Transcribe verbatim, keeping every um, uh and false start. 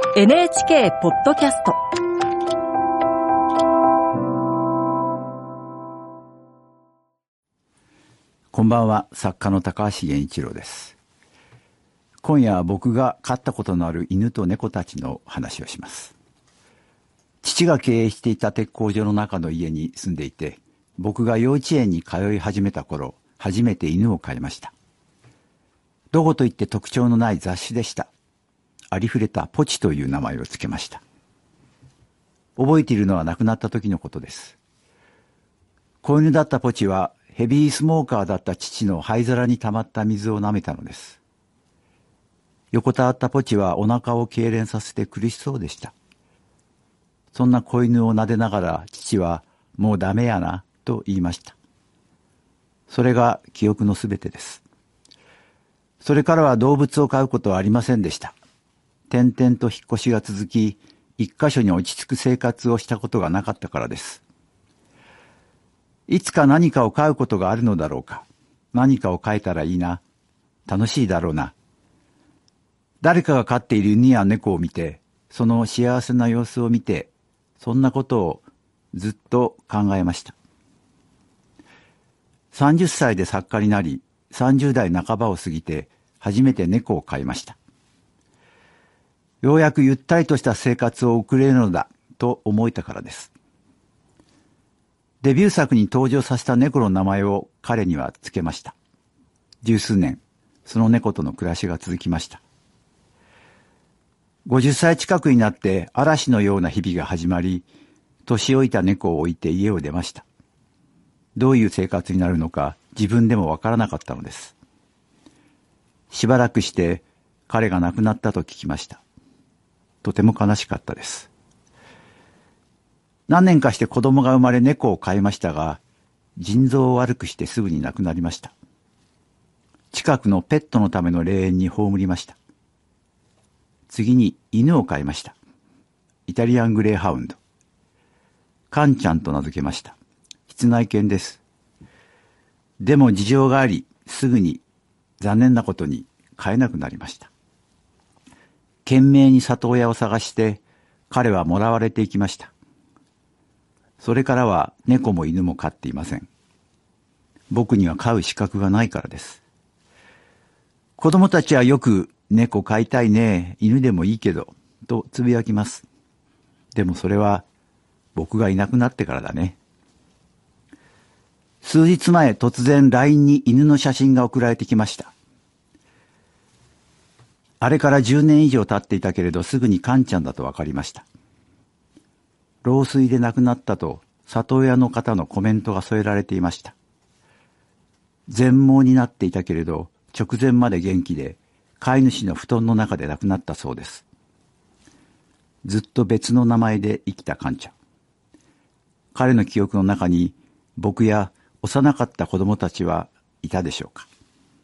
エヌエイチケー ポッドキャストこんばんは、作家の高橋源一郎です。今夜は僕が飼ったことのある犬と猫たちの話をします。父が経営していた鉄工所の中の家に住んでいて、僕が幼稚園に通い始めた頃、初めて犬を飼いました。どこといって特徴のない雑種でした。ありふれたポチという名前をつけました。覚えているのは亡くなった時のことです。子犬だったポチはヘビースモーカーだった父の灰皿に溜まった水を舐めたのです。横たわったポチはお腹を痙攣させて苦しそうでした。そんな子犬を撫でながら父はもうダメやなと言いました。それが記憶のすべてです。それからは動物を飼うことはありませんでした。転々と引っ越しが続き、一箇所に落ち着く生活をしたことがなかったからです。いつか何かを飼うことがあるのだろうか。何かを飼えたらいいな。楽しいだろうな。誰かが飼っている犬や猫を見て、その幸せな様子を見て、そんなことをずっと考えました。さんじゅっさいで作家になり、さんじゅう代半ばを過ぎて初めて猫を飼いました。ようやくゆったりとした生活を送れるのだと思えたからです。デビュー作に登場させた猫の名前を彼にはつけました。十数年、その猫との暮らしが続きました。ごじゅっさい近くになって嵐のような日々が始まり、年老いた猫を置いて家を出ました。どういう生活になるのか自分でもわからなかったのです。しばらくして彼が亡くなったと聞きました。とても悲しかったです。何年かして子供が生まれ猫を飼いましたが、腎臓を悪くしてすぐに亡くなりました。近くのペットのための霊園に葬りました。次に犬を飼いました。イタリアングレーハウンド。カンちゃんと名付けました。室内犬です。でも事情があり、すぐに残念なことに飼えなくなりました。懸命に里親を探して彼はもらわれていきました。それからは猫も犬も飼っていません。僕には飼う資格がないからです。子供たちはよく猫飼いたいね、犬でもいいけどとつぶやきます。でもそれは僕がいなくなってからだね。数日前、突然 ライン に犬の写真が送られてきました。あれからじゅうねん以上経っていたけれど、すぐにカンちゃんだと分かりました。老衰で亡くなったと里親の方のコメントが添えられていました。全盲になっていたけれど、直前まで元気で、飼い主の布団の中で亡くなったそうです。ずっと別の名前で生きたカンちゃん。彼の記憶の中に僕や幼かった子供たちはいたでしょうか。